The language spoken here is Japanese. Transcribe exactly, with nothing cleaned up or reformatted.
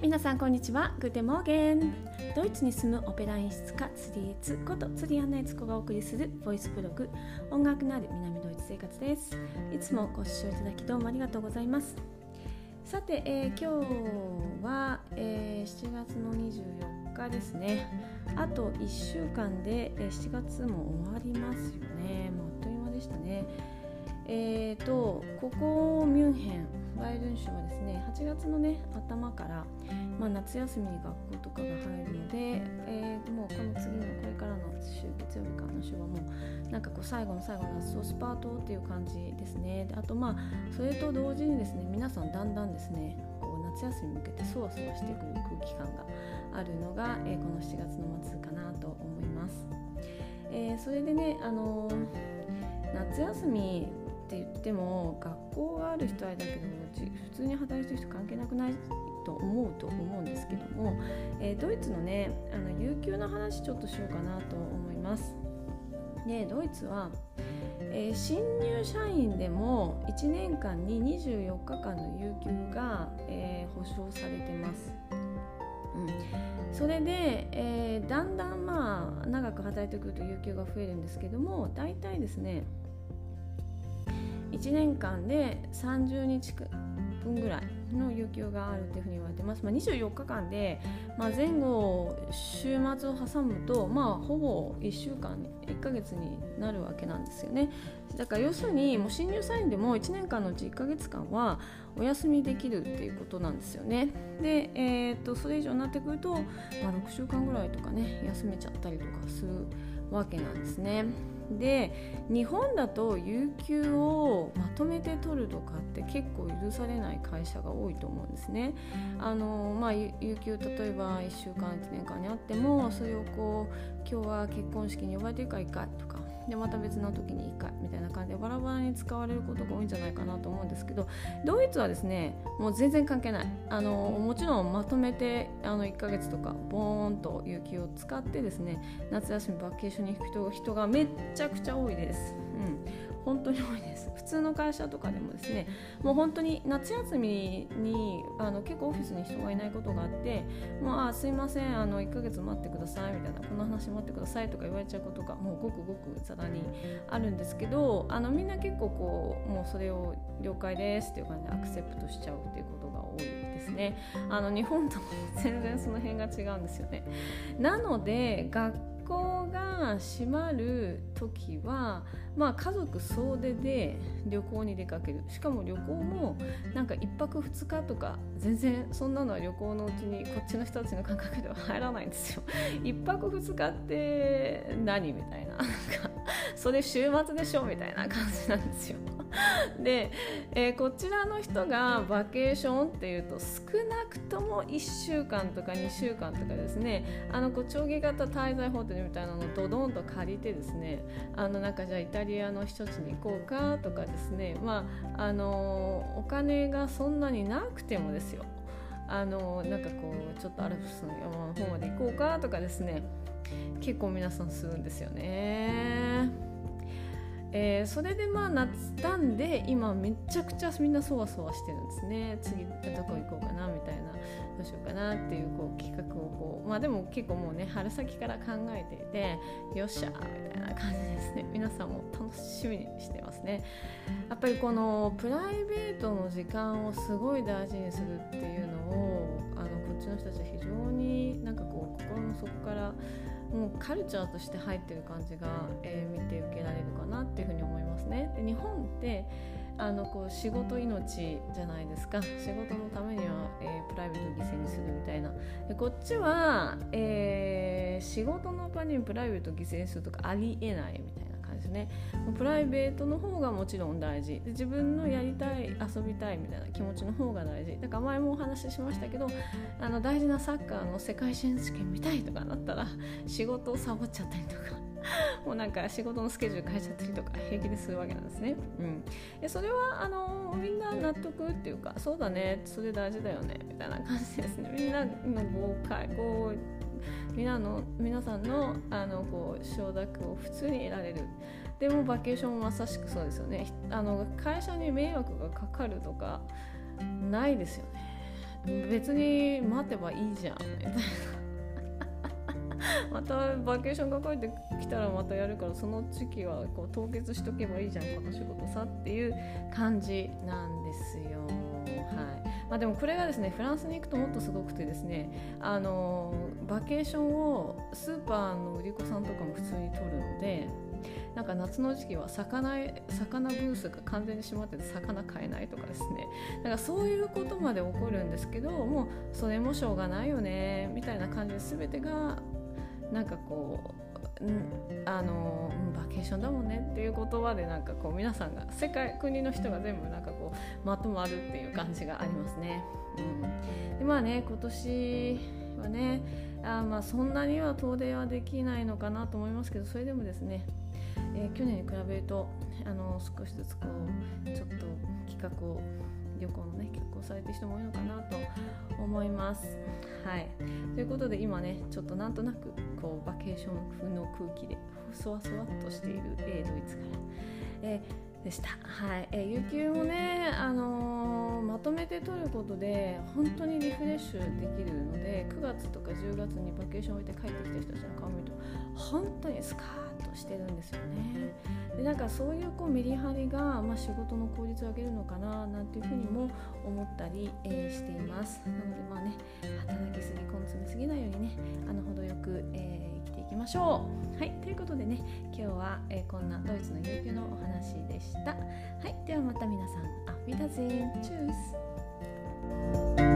皆さんこんにちは。グーテンモーゲン。ドイツに住むオペラ演出家ツリエツことツリアンナエツコがお送りするボイスブログ、音楽のある南ドイツ生活です。いつもご視聴いただきどうもありがとうございます。さて、えー、今日は、えー、しちがつのにじゅうよっかですね。あといっしゅうかんで、えー、しちがつも終わりますよね。もうあっという間でしたね。えーとここミュンヘンバイエルン州はですね、はちがつの、ね、頭から、まあ、夏休みに学校とかが入るので、えー、もうこの次のこれからの週月曜日からの週はもうなんかこう最後の最後のラストスパートっていう感じですね。であとまあそれと同時にですね、皆さんだんだんですねこう夏休みに向けてそわそわしてくる空気感があるのが、えー、このしちがつの末かなと思います。えー、それでね、あのー、夏休みって言っても学校がある人はあれだけども普通に働いてる人関係なくないと思うと思うんですけども、えー、ドイツのねあの有給の話ちょっとしようかなと思います。でドイツは、えー、新入社員でもいちねんかんににじゅうよっかかんの有給が、えー、保証されてます。うん、それで、えー、だんだんまあ長く働いてくると有給が増えるんですけども、だいたいですねいちねんかんでさんじゅうにちぶんぐらいの有給があるというふうに言われてます。まあ、にじゅうよっかかんで、まあ、前後週末を挟むと、まあ、ほぼいっしゅうかんいっかげつになるわけなんですよね。だから要するにもう新入社員でもいちねんかんのうちいっかげつかんはお休みできるっていうことなんですよね。で、えー、とそれ以上になってくると、まあ、ろくしゅうかんぐらいとかね休めちゃったりとかするわけなんですね。で日本だと有給をまとめて取るとかって結構許されない会社が多いと思うんですね。あの、まあ、有給例えばいっしゅうかんいちねんかんにあってもそれをこう今日は結婚式に呼ばれてるからいいかとかでまた別の時にいいかみたいな感じでバラバラに使われることが多いんじゃないかなと思うんですけど、ドイツはですねもう全然関係ない。あのもちろんまとめてあのいっかげつとかボーンと有給を使ってですね夏休みバケーションに行く人、人がめっちゃくちゃ多いです。うん、本当に多いです。普通の会社とかでもですねもう本当に夏休みにあの結構オフィスに人がいないことがあって、もうあすいませんあのいっかげつ待ってくださいみたいな、この話待ってくださいとか言われちゃうことがもうごくごくざらにあるんですけど、あのみんな結構こうもうそれを了解ですっていう感じでアクセプトしちゃうっていうことが多いですね。あの日本とも全然その辺が違うんですよね。なので学校が閉まる時は、まあ、家族総出で旅行に出かける。しかも旅行もなんかいっぱくふつかとか全然そんなのは旅行のうちにこっちの人たちの感覚では入らないんですよ。いっぱくふつかって何みたいな、なんかそれ週末でしょみたいな感じなんですよ。で、えー、こちらの人がバケーションっていうと少なくともいっしゅうかんとかにしゅうかんとかですね、あのこう長期型滞在ホテルみたいなのをドドンと借りてですね、あのなんかじゃあイタリアの避暑地に行こうかとかですね、まああのー、お金がそんなになくてもですよ、あのー、なんかこうちょっとアルプスの山の方まで行こうかとかですね、結構皆さんするんですよね。えー、それでまあ夏たんで今めちゃくちゃみんなそわそわしてるんですね。次どこ行こうかなみたいな、どうしようかなっていう、こう企画をこう、まあでも結構もうね春先から考えていて、よっしゃーみたいな感じですね。皆さんも楽しみにしてますね。やっぱりこのプライベートの時間をすごい大事にするっていうのをあのこっちの人たちは非常になんかこう心の底からもうカルチャーとして入ってる感じが、えー、見て受けられるかなっていうふうに思いますね。で日本ってあのこう仕事命じゃないですか。仕事のためには、えー、プライベートを犠牲にするみたいな。でこっちは、えー、仕事の場にプライベートを犠牲にするとかありえないみたいな感じですね。プライベートの方がもちろん大事で、自分のやりたい遊びたいみたいな気持ちの方が大事だから、前もお話ししましたけど、あの大事なサッカーの世界選手権見たいとかなったら仕事をサボっちゃったりとかもうなんか仕事のスケジュール変えちゃったりとか平気でするわけなんですね。うん、でそれはあのみんな納得っていうか、そうだねそれ大事だよねみたいな感じですね。みんなの豪快こうみんなの皆さんのあのこう承諾を普通に得られる。でもバケーションもまさしくそうですよね。あの会社に迷惑がかかるとかないですよね。 別に待てばいいじゃんみたいなまたバケーションが帰ってきたらまたやるから、その時期はこう凍結しとけばいいじゃんこの仕事さっていう感じなんですよ。はいまあ、でもこれがですね、フランスに行くともっとすごくてですね、あのバケーションをスーパーの売り子さんとかも普通に取るので、なんか夏の時期は魚魚ブースが完全に閉まってて魚買えないとかですね、だからそういうことまで起こるんですけど、もうそれもしょうがないよねみたいな感じで、全てがなんかこうあのバケーションだもんねっていう言葉で、なんかこう皆さんが世界国の人が全部なんかこうまとまるっていう感じがありますね。うん、でまあね今年はねあまあそんなには遠出はできないのかなと思いますけど、それでもですね、えー、去年に比べるとあの少しずつこうちょっと企画を旅行のね企画をされてる人も多いのかなと思います。はい、ということで今ねちょっとなんとなくこうバケーション風の空気でそわそわっとしている、えー、ドイツから、えー、でした。はい、えー、有給もね、あのー、まとめて取ることで本当にリフレッシュできるので、くがつとかじゅうがつにバケーションを置いて帰ってきた人たちの顔を見ると本当にスカーッとしてるんですよね。でなんかそういうこうメリハリが、まあ、仕事の効率を上げるのかななんていうふうにも思ったり、えー、しています。なのでまあね、働きすぎ根詰めすぎないようにね、あの程よく、えー、生きていきましょう。はい、ということでね、今日は、えー、こんなドイツの有給のお話でした。はい、ではまた皆さん、アフィダゼン、チュース。